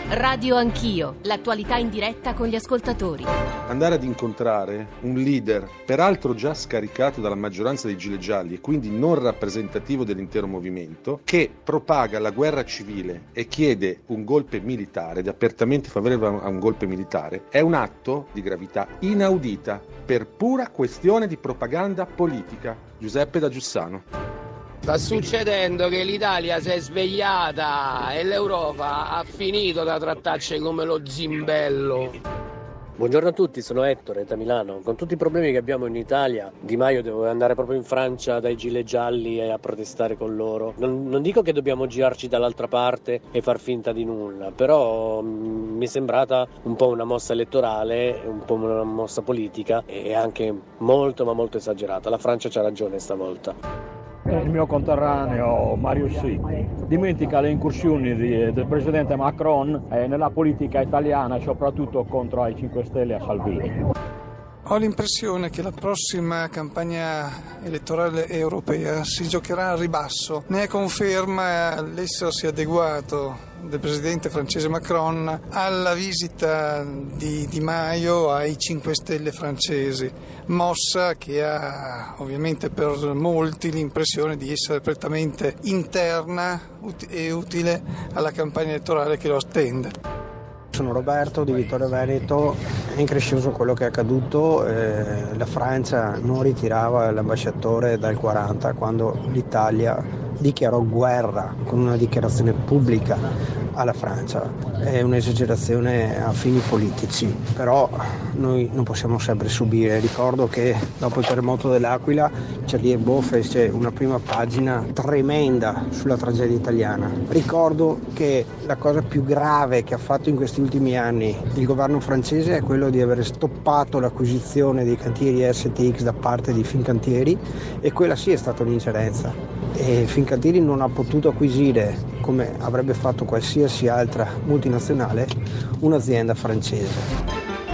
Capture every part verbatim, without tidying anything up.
Radio Anch'io, l'attualità in diretta con gli ascoltatori. Andare ad incontrare un leader, peraltro già scaricato dalla maggioranza dei gilet gialli e quindi non rappresentativo dell'intero movimento, che propaga la guerra civile e chiede un golpe militare, ed è apertamente favorevole a un golpe militare, è un atto di gravità inaudita per pura questione di propaganda politica. Giuseppe da Giussano. Sta succedendo che l'Italia si è svegliata e l'Europa ha finito da trattarci come lo zimbello. Buongiorno a tutti, sono Ettore da Milano. Con tutti i problemi che abbiamo in Italia, Di Maio deve andare proprio in Francia dai gilet gialli e a protestare con loro. Non, non dico che dobbiamo girarci dall'altra parte e far finta di nulla, però mh, mi è sembrata un po' una mossa elettorale, un po' una mossa politica e anche molto ma molto esagerata. La Francia c'ha ragione stavolta. Il mio conterraneo Mario Sì dimentica le incursioni di, del presidente Macron eh, nella politica italiana, soprattutto contro i cinque Stelle e Salvini. Ho l'impressione che la prossima campagna elettorale europea si giocherà al ribasso. Ne è conferma l'essersi adeguato del presidente francese Macron alla visita di Di Maio ai cinque Stelle francesi, mossa che ha ovviamente per molti l'impressione di essere prettamente interna e utile alla campagna elettorale che lo attende. Sono Roberto di Vittorio Veneto, è increscioso quello che è accaduto, eh, la Francia non ritirava l'ambasciatore dal quaranta quando l'Italia dichiarò guerra con una dichiarazione pubblica alla Francia. È un'esagerazione a fini politici, però noi non possiamo sempre subire. Ricordo che dopo il terremoto dell'Aquila Charlie Hebdo fece una prima pagina tremenda sulla tragedia italiana. Ricordo che la cosa più grave che ha fatto in questi ultimi anni il governo francese è quello di aver stoppato l'acquisizione dei cantieri S T X da parte di Fincantieri, e quella sì è stata un'ingerenza. E Fincantieri non ha potuto acquisire, come avrebbe fatto qualsiasi altra multinazionale, un'azienda francese.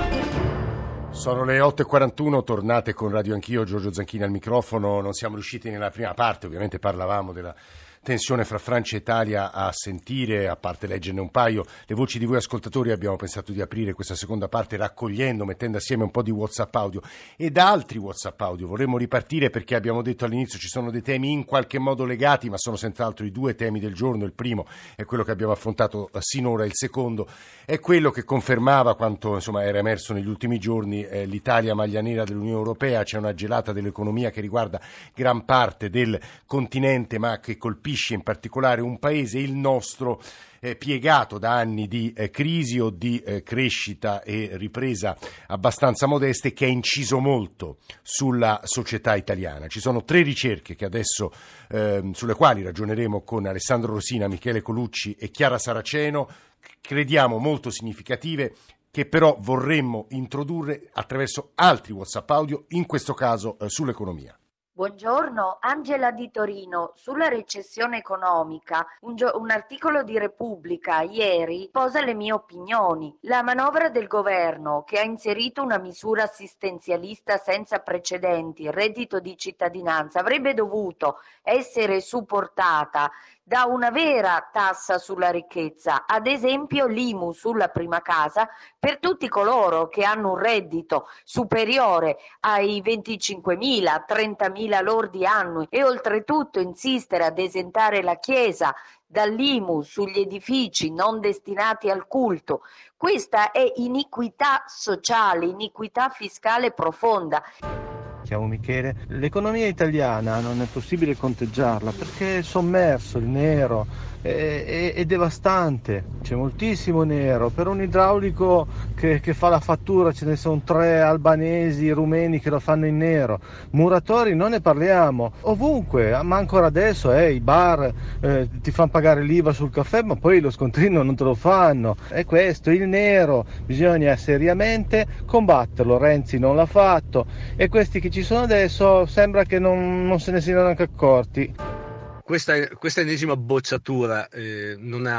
Sono le otto e quarantuno, tornate con Radio Anch'io, Giorgio Zanchini al microfono. Non siamo riusciti nella prima parte, ovviamente parlavamo della tensione fra Francia e Italia, a sentire, a parte leggerne un paio, le voci di voi ascoltatori. Abbiamo pensato di aprire questa seconda parte raccogliendo, mettendo assieme un po' di WhatsApp audio e da altri WhatsApp audio. Vorremmo ripartire perché abbiamo detto all'inizio ci sono dei temi in qualche modo legati, ma sono senz'altro i due temi del giorno. Il primo è quello che abbiamo affrontato sinora, il secondo è quello che confermava quanto insomma era emerso negli ultimi giorni, eh, l'Italia maglia nera dell'Unione Europea. C'è una gelata dell'economia che riguarda gran parte del continente, ma che colpisce in particolare un paese, il nostro, eh, piegato da anni di eh, crisi o di eh, crescita e ripresa abbastanza modeste, che ha inciso molto sulla società italiana. Ci sono tre ricerche che adesso eh, sulle quali ragioneremo con Alessandro Rosina, Michele Colucci e Chiara Saraceno, crediamo molto significative, che però vorremmo introdurre attraverso altri WhatsApp audio, in questo caso eh, sull'economia. Buongiorno, Angela di Torino. Sulla recessione economica, un, gio- un articolo di Repubblica ieri posa le mie opinioni. La manovra del governo, che ha inserito una misura assistenzialista senza precedenti, il reddito di cittadinanza, avrebbe dovuto essere supportata da una vera tassa sulla ricchezza, ad esempio l'I M U sulla prima casa per tutti coloro che hanno un reddito superiore ai venticinquemila, trentamila lordi annui, e oltretutto insistere ad esentare la Chiesa dall'I M U sugli edifici non destinati al culto. Questa è iniquità sociale, iniquità fiscale profonda. Chiamo Michele. L'economia italiana non è possibile conteggiarla perché è sommerso, il nero è, è, è devastante, c'è moltissimo nero. Per un idraulico che, che fa la fattura ce ne sono tre albanesi, rumeni che lo fanno in nero, muratori non ne parliamo, ovunque, ma ancora adesso eh, i bar eh, ti fanno pagare l'I V A sul caffè, ma poi lo scontrino non te lo fanno. È questo, il nero, bisogna seriamente combatterlo. Renzi non l'ha fatto e questi che ci sono adesso sembra che non, non se ne siano neanche accorti. Questa, questa ennesima bocciatura eh, non ha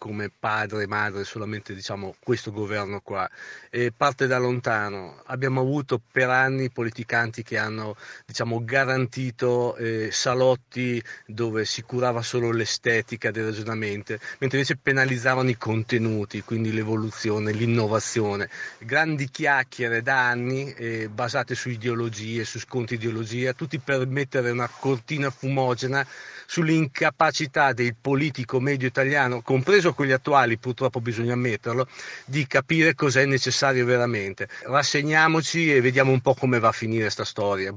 come padre e madre solamente diciamo questo governo qua, e parte da lontano. Abbiamo avuto per anni politicanti che hanno diciamo garantito eh, salotti dove si curava solo l'estetica del ragionamento, mentre invece penalizzavano i contenuti, quindi l'evoluzione, l'innovazione. Grandi chiacchiere da anni eh, basate su ideologie, su scontri ideologia, tutti per mettere una cortina fumogena sull'incapacità del politico medio italiano, compreso quelli attuali, purtroppo bisogna ammetterlo, di capire cos'è necessario veramente. Rassegniamoci e vediamo un po' come va a finire sta storia.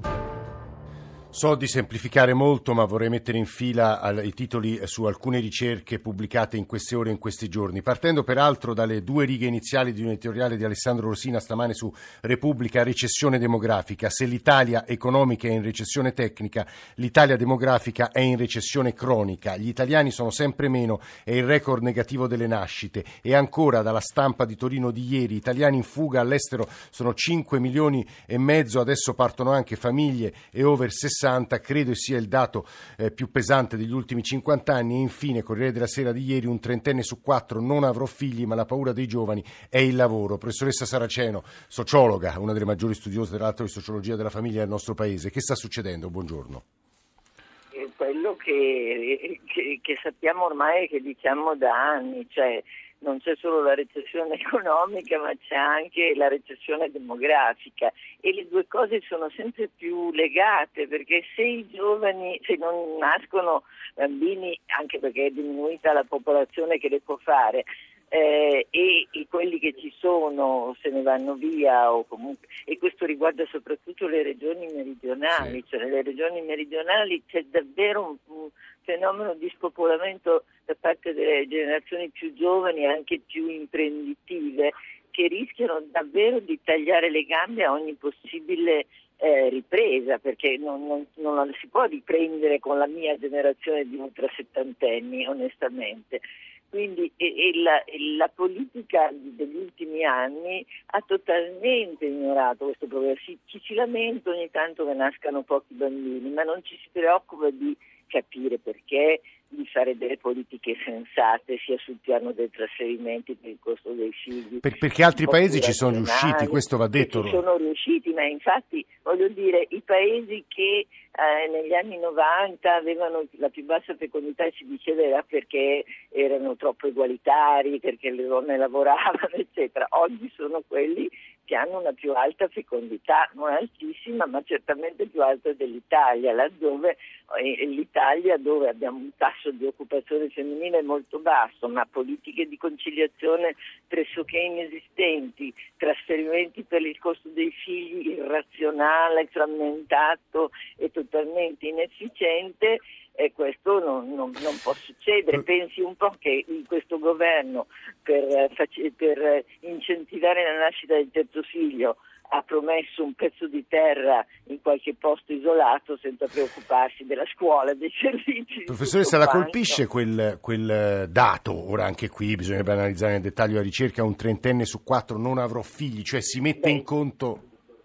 So di semplificare molto, ma vorrei mettere in fila i titoli su alcune ricerche pubblicate in queste ore e in questi giorni, partendo peraltro dalle due righe iniziali di un editoriale di Alessandro Rosina stamane su Repubblica: recessione demografica. Se l'Italia economica è in recessione tecnica, l'Italia demografica è in recessione cronica. Gli italiani sono sempre meno e il record negativo delle nascite. E ancora dalla Stampa di Torino di ieri: italiani in fuga all'estero sono cinque milioni e mezzo, adesso partono anche famiglie e over sessanta. Credo sia il dato eh, più pesante degli ultimi cinquanta anni. E infine, Corriere della Sera di ieri: un trentenne su quattro: non avrò figli, ma la paura dei giovani è il lavoro. Professoressa Saraceno, sociologa, una delle maggiori studiose tra l'altro di sociologia della famiglia del nostro paese, che sta succedendo? Buongiorno. Quello che, che, che sappiamo ormai e che diciamo da anni, cioè non c'è solo la recessione economica, ma c'è anche la recessione demografica, e le due cose sono sempre più legate, perché se i giovani, se non nascono bambini, anche perché è diminuita la popolazione che le può fare, eh, e, e quelli che ci sono se ne vanno via, o comunque, e questo riguarda soprattutto le regioni meridionali, sì. Cioè nelle regioni meridionali c'è davvero un, un fenomeno di spopolamento da parte delle generazioni più giovani e anche più imprenditive, che rischiano davvero di tagliare le gambe a ogni possibile eh, ripresa, perché non, non, non la si può riprendere con la mia generazione di ultrasettantenni, onestamente. Quindi e, e la, e la politica degli ultimi anni ha totalmente ignorato questo problema. Si, ci si lamenta ogni tanto che nascano pochi bambini, ma non ci si preoccupa di capire perché, di fare delle politiche sensate sia sul piano dei trasferimenti per il costo dei figli. Per, perché altri paesi ci sono riusciti, questo va detto. Ci sono riusciti, ma infatti voglio dire, i paesi che eh, negli anni novanta avevano la più bassa fecondità, si diceva perché erano troppo egualitari, perché le donne lavoravano, eccetera. Oggi sono quelli che hanno una più alta fecondità, non altissima, ma certamente più alta dell'Italia, laddove eh, l'Italia, dove abbiamo un tasso di occupazione femminile molto basso, ma politiche di conciliazione pressoché inesistenti, trasferimenti per il costo dei figli irrazionale, frammentato e totalmente inefficiente. E questo non, non, non può succedere. Pensi un po' che in questo governo per, per incentivare la nascita del terzo figlio ha promesso un pezzo di terra in qualche posto isolato senza preoccuparsi della scuola, dei servizi. Professoressa, la colpisce quel, quel dato? Ora anche qui bisognerebbe analizzare nel dettaglio la ricerca: un trentenne su quattro: non avrò figli, cioè si mette Beh, in conto...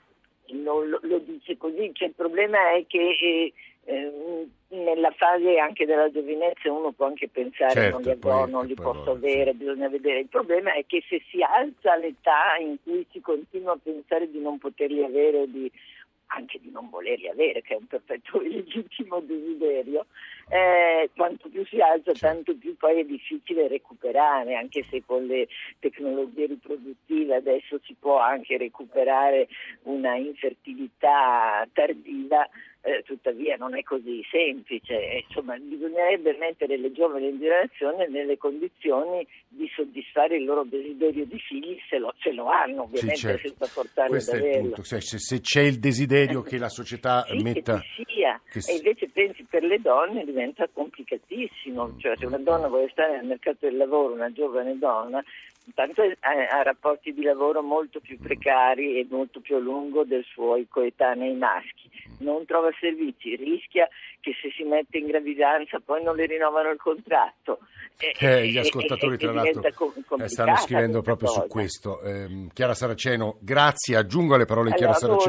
Non lo, lo dice così, cioè, il problema è che eh, eh, nella fase anche della giovinezza uno può anche pensare certo, non li avrò, poi, non li poi, posso poi, avere, sì. Bisogna vedere. Il problema è che se si alza l'età in cui si continua a pensare di non poterli avere o di anche di non volerli avere, che è un perfetto e legittimo desiderio, eh, quanto più si alza tanto più poi è difficile recuperare, anche se con le tecnologie riproduttive adesso si può anche recuperare una infertilità tardiva. Eh, tuttavia non è così semplice, insomma bisognerebbe mettere le giovani generazioni nelle condizioni di soddisfare il loro desiderio di figli, se lo, se lo hanno ovviamente, sì, certo, senza forzarli questo ad averlo. È il punto. Se, se c'è il desiderio che la società sì, metta... Che ci sia, che e invece pensi per le donne diventa complicatissimo, cioè se una donna vuole stare nel mercato del lavoro, una giovane donna, intanto ha rapporti di lavoro molto più precari e molto più a lungo dei suoi coetanei maschi, non trova servizi, rischia che se si mette in gravidanza poi non le rinnovano il contratto. Eh, gli ascoltatori, tra l'altro, com- stanno scrivendo proprio cosa. su questo. Eh, Chiara Saraceno, grazie. Aggiungo alle parole di allora, Chiara Saraceno. Voi,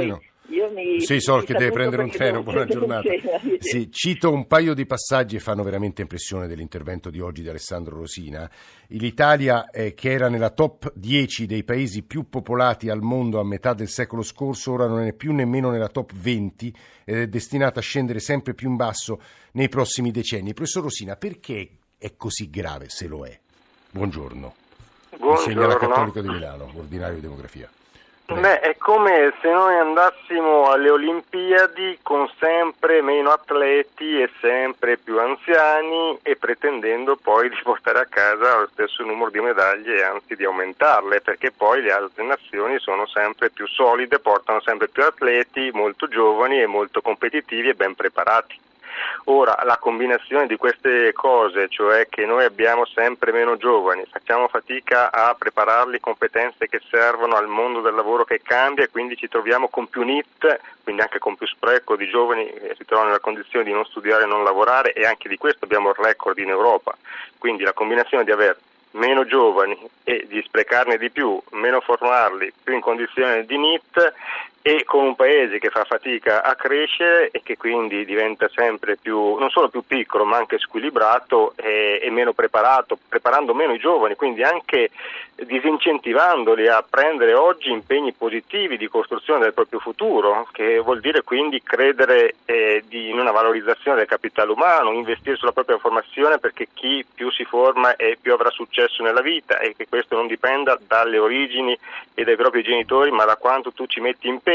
Io mi, sì, so mi che deve prendere un treno, buona giornata. Sì, cito un paio di passaggi che fanno veramente impressione dell'intervento di oggi di Alessandro Rosina. L'Italia, eh, che era nella top dieci dei paesi più popolati al mondo a metà del secolo scorso, ora non è più nemmeno nella top venti ed è destinata a scendere sempre più in basso nei prossimi decenni. Professor Rosina, perché è così grave, se lo è? Buongiorno. Buongiorno. Insegna alla Cattolica di Milano, ordinario di demografia. Beh, è come se noi andassimo alle Olimpiadi con sempre meno atleti e sempre più anziani e pretendendo poi di portare a casa lo stesso numero di medaglie e anzi di aumentarle, perché poi le altre nazioni sono sempre più solide, portano sempre più atleti molto giovani e molto competitivi e ben preparati. Ora, la combinazione di queste cose, cioè che noi abbiamo sempre meno giovani, facciamo fatica a prepararli competenze che servono al mondo del lavoro che cambia e quindi ci troviamo con più N I T, quindi anche con più spreco di giovani che si trovano nella condizione di non studiare e non lavorare, e anche di questo abbiamo il record in Europa. Quindi la combinazione di aver meno giovani e di sprecarne di più, meno formarli, più in condizione di N I T, e con un paese che fa fatica a crescere e che quindi diventa sempre più, non solo più piccolo ma anche squilibrato e, e meno preparato, preparando meno i giovani, quindi anche disincentivandoli a prendere oggi impegni positivi di costruzione del proprio futuro, che vuol dire quindi credere eh, di, in una valorizzazione del capitale umano, investire sulla propria formazione, perché chi più si forma e più avrà successo nella vita, e che questo non dipenda dalle origini e dai propri genitori ma da quanto tu ci metti impegno.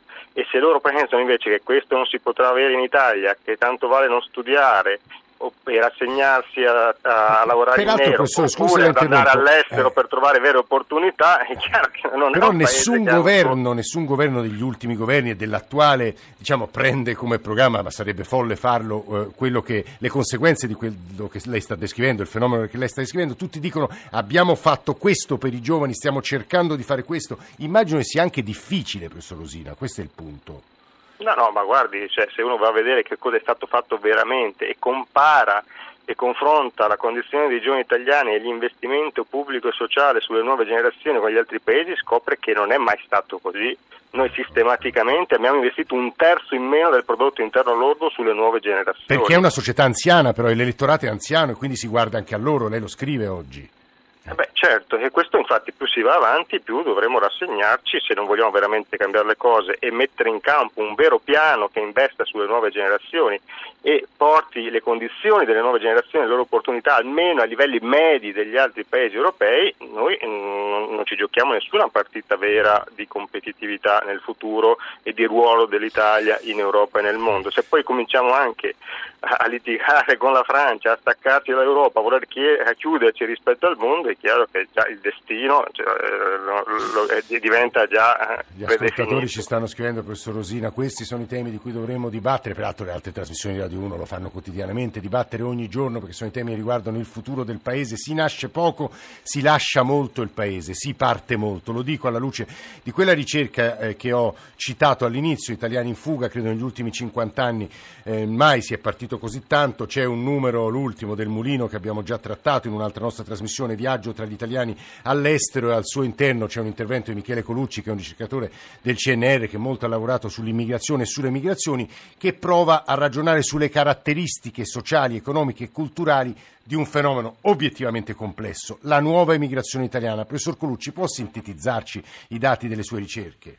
E se loro pensano invece che questo non si potrà avere in Italia, che tanto vale non studiare e rassegnarsi a, a lavorare Peraltro, in nero, oppure ad andare all'estero eh. per trovare vere opportunità, è chiaro che non Però è un nessun paese governo, ha... nessun governo degli ultimi governi e dell'attuale, diciamo, prende come programma, ma sarebbe folle farlo, eh, quello che le conseguenze di quello che lei sta descrivendo, il fenomeno che lei sta descrivendo. Tutti dicono: abbiamo fatto questo per i giovani, stiamo cercando di fare questo. Immagino che sia anche difficile, professor Rosina, questo è il punto. No, no, ma guardi, cioè, se uno va a vedere che cosa è stato fatto veramente e compara e confronta la condizione dei giovani italiani e l'investimento pubblico e sociale sulle nuove generazioni con gli altri paesi, scopre che non è mai stato così. Noi sistematicamente abbiamo investito un terzo in meno del prodotto interno lordo sulle nuove generazioni. Perché è una società anziana, però, e l'elettorato è anziano e quindi si guarda anche a loro, lei lo scrive oggi. Eh beh, certo, e questo infatti più si va avanti più dovremo rassegnarci, se non vogliamo veramente cambiare le cose e mettere in campo un vero piano che investa sulle nuove generazioni e porti le condizioni delle nuove generazioni, le loro opportunità almeno a livelli medi degli altri paesi europei. Noi non, non ci giochiamo nessuna partita vera di competitività nel futuro e di ruolo dell'Italia in Europa e nel mondo. Se poi cominciamo anche a litigare con la Francia, a staccarci dall'Europa, a voler chiuderci rispetto al mondo, è chiaro che già il destino cioè, lo, lo, eh, diventa già Gli ascoltatori ci stanno scrivendo, professor Rosina, questi sono i temi di cui dovremmo dibattere, peraltro le altre trasmissioni di Radio uno lo fanno quotidianamente, dibattere ogni giorno, perché sono i temi che riguardano il futuro del paese. Si nasce poco, si lascia molto il paese, si parte molto. Lo dico alla luce di quella ricerca eh, che ho citato all'inizio, Italiani in fuga, credo negli ultimi cinquanta anni eh, mai si è partito così tanto. C'è un numero, l'ultimo del Mulino, che abbiamo già trattato in un'altra nostra trasmissione, Viaggio tra gli italiani all'estero, e al suo interno c'è un intervento di Michele Colucci, che è un ricercatore del C N R che molto ha lavorato sull'immigrazione e sulle migrazioni, che prova a ragionare sulle caratteristiche sociali, economiche e culturali di un fenomeno obiettivamente complesso, la nuova immigrazione italiana. Professor Colucci, può sintetizzarci i dati delle sue ricerche?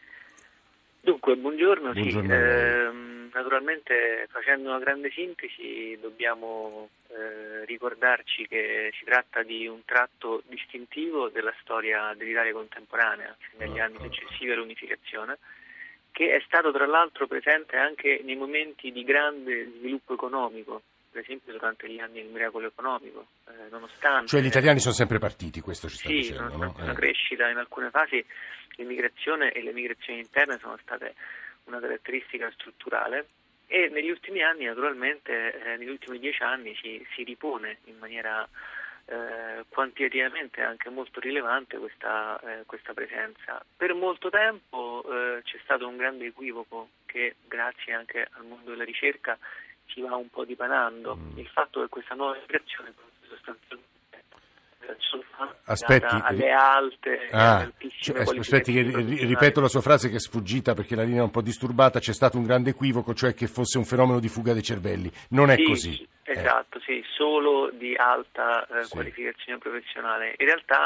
Dunque, buongiorno. buongiorno sì, eh, naturalmente, facendo una grande sintesi, dobbiamo eh, ricordarci che si tratta di un tratto distintivo della storia dell'Italia contemporanea, negli anni successivi all'unificazione, che è stato tra l'altro presente anche nei momenti di grande sviluppo economico, per esempio durante gli anni del miracolo economico, eh, nonostante... Cioè gli italiani sono sempre partiti, questo ci sta sì, dicendo, nonostante no? una Eh. crescita in alcune fasi, l'immigrazione e le migrazioni interne sono state una caratteristica strutturale, e negli ultimi anni, naturalmente, eh, negli ultimi dieci anni si, si ripone in maniera eh, quantitativamente anche molto rilevante questa, eh, questa presenza. Per molto tempo eh, c'è stato un grande equivoco che, grazie anche al mondo della ricerca, si va un po' dipanando. Mm. Il fatto che questa nuova migrazione sostanzialmente Aspetti, alle alte, ah. alle altissime Cioè, aspetti che ripeto la sua frase che è sfuggita perché la linea è un po' disturbata. C'è stato un grande equivoco, cioè che fosse un fenomeno di fuga dei cervelli. Non è sì, così. Esatto, eh. sì, solo di alta eh, sì. qualificazione professionale. In realtà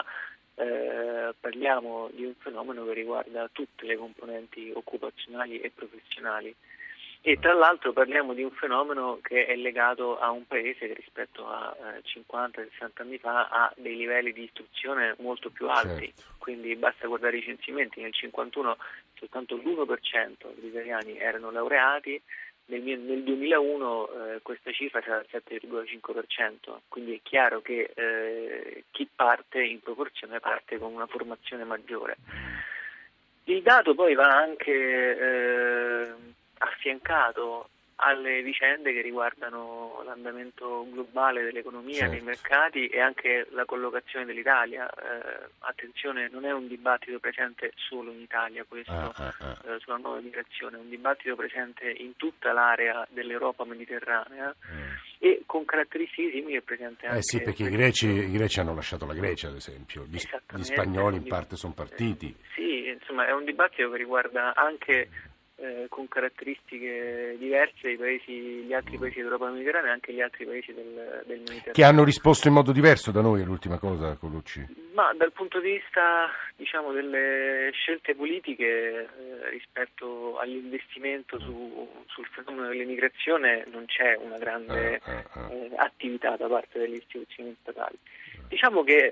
eh, parliamo di un fenomeno che riguarda tutte le componenti occupazionali e professionali. E tra l'altro parliamo di un fenomeno che è legato a un paese che rispetto a eh, cinquanta sessanta anni fa ha dei livelli di istruzione molto più alti, certo. Quindi basta guardare i censimenti, nel cinquantuno soltanto l'uno per cento degli italiani erano laureati, nel, nel duemilauno eh, questa cifra sarà il sette virgola cinque per cento, quindi è chiaro che eh, chi parte in proporzione parte con una formazione maggiore. Il dato poi va anche eh, affiancato alle vicende che riguardano l'andamento globale dell'economia, certo. dei mercati e anche la collocazione dell'Italia. Eh, attenzione, non è un dibattito presente solo in Italia questo ah, ah, ah. Eh, sulla nuova migrazione, è un dibattito presente in tutta l'area dell'Europa mediterranea mm. e con caratteristiche simili è presente anche... Eh sì, perché i greci, i greci hanno lasciato la Grecia, ad esempio, gli, gli spagnoli in parte sono partiti. Eh, sì, insomma è un dibattito che riguarda anche... Eh, con caratteristiche diverse i paesi, gli altri paesi d'Europa mediterranea e anche gli altri paesi del, del Mediterraneo. Che hanno risposto in modo diverso da noi, è l'ultima cosa, Colucci. Ma dal punto di vista, diciamo, delle scelte politiche eh, rispetto all'investimento su, sul fenomeno dell'immigrazione non c'è una grande ah, ah, ah. Eh, attività da parte delle istituzioni statali. Diciamo che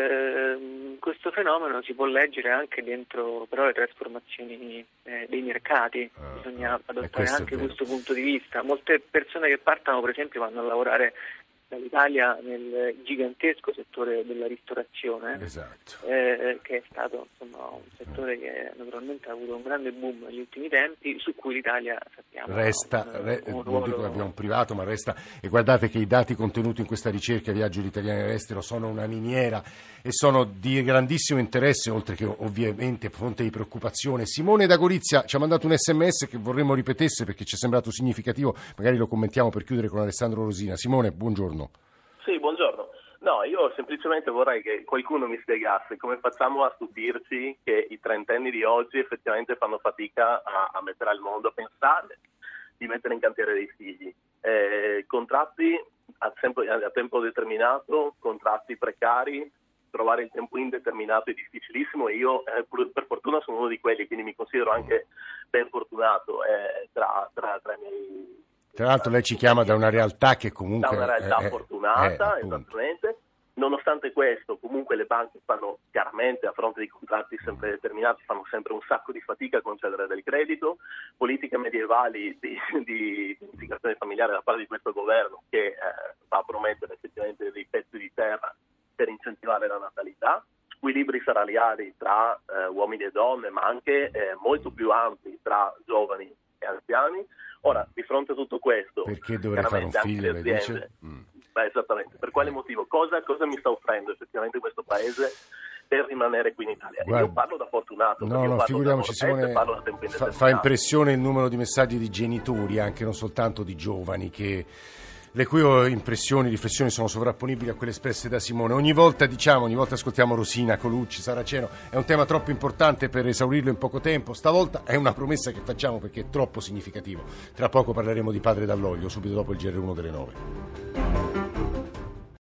eh, questo fenomeno si può leggere anche dentro però le trasformazioni eh, dei mercati, uh, bisogna adottare anche questo punto di vista. Molte persone che partono per esempio vanno a lavorare dall'Italia nel gigantesco settore della ristorazione, esatto. eh, che è stato insomma un settore che naturalmente ha avuto un grande boom negli ultimi tempi, su cui l'Italia sappiamo resta, un, re, un non ruolo... dico che abbiamo un privato, ma resta, e guardate che i dati contenuti in questa ricerca Viaggio di Italiani all'estero sono una miniera e sono di grandissimo interesse, oltre che ovviamente fonte di preoccupazione. Simone da Gorizia ci ha mandato un sms che vorremmo ripetesse perché ci è sembrato significativo, magari lo commentiamo per chiudere con Alessandro Rosina. Simone, buongiorno. Sì, buongiorno. No, io semplicemente vorrei che qualcuno mi spiegasse come facciamo a stupirci che i trentenni di oggi effettivamente fanno fatica a, a mettere al mondo, a pensare di mettere in cantiere dei figli. Eh, contratti a tempo, a tempo determinato, contratti precari, trovare il tempo indeterminato è difficilissimo e io eh, per fortuna sono uno di quelli, quindi mi considero anche ben fortunato eh, tra, tra, tra i miei... Tra l'altro lei ci chiama da una realtà che comunque... Da una realtà è, fortunata, è, è, esattamente. Nonostante questo, comunque le banche fanno chiaramente, a fronte di contratti sempre determinati, fanno sempre un sacco di fatica a concedere del credito. Politiche medievali di, di pianificazione familiare da parte di questo governo che eh, va a promettere effettivamente dei pezzi di terra per incentivare la natalità. Squilibri salariali tra eh, uomini e donne, ma anche eh, molto più ampi tra giovani e anziani. Ora, di fronte a tutto questo, perché dovrei fare un figlio, lei dice? Mm. Beh, esattamente. Per quale motivo? Cosa, cosa mi sta offrendo effettivamente questo paese per rimanere qui in Italia? Guarda, io parlo da fortunato. No, no, figuriamoci, Simone, fa, fa impressione il numero di messaggi di genitori, anche non soltanto di giovani, che le cui impressioni, riflessioni sono sovrapponibili a quelle espresse da Simone. Ogni volta diciamo, ogni volta ascoltiamo Rosina, Colucci, Saraceno, è un tema troppo importante per esaurirlo in poco tempo. Stavolta è una promessa che facciamo perché è troppo significativo. Tra poco parleremo di Padre Dall'Olio, subito dopo il G R uno delle nove.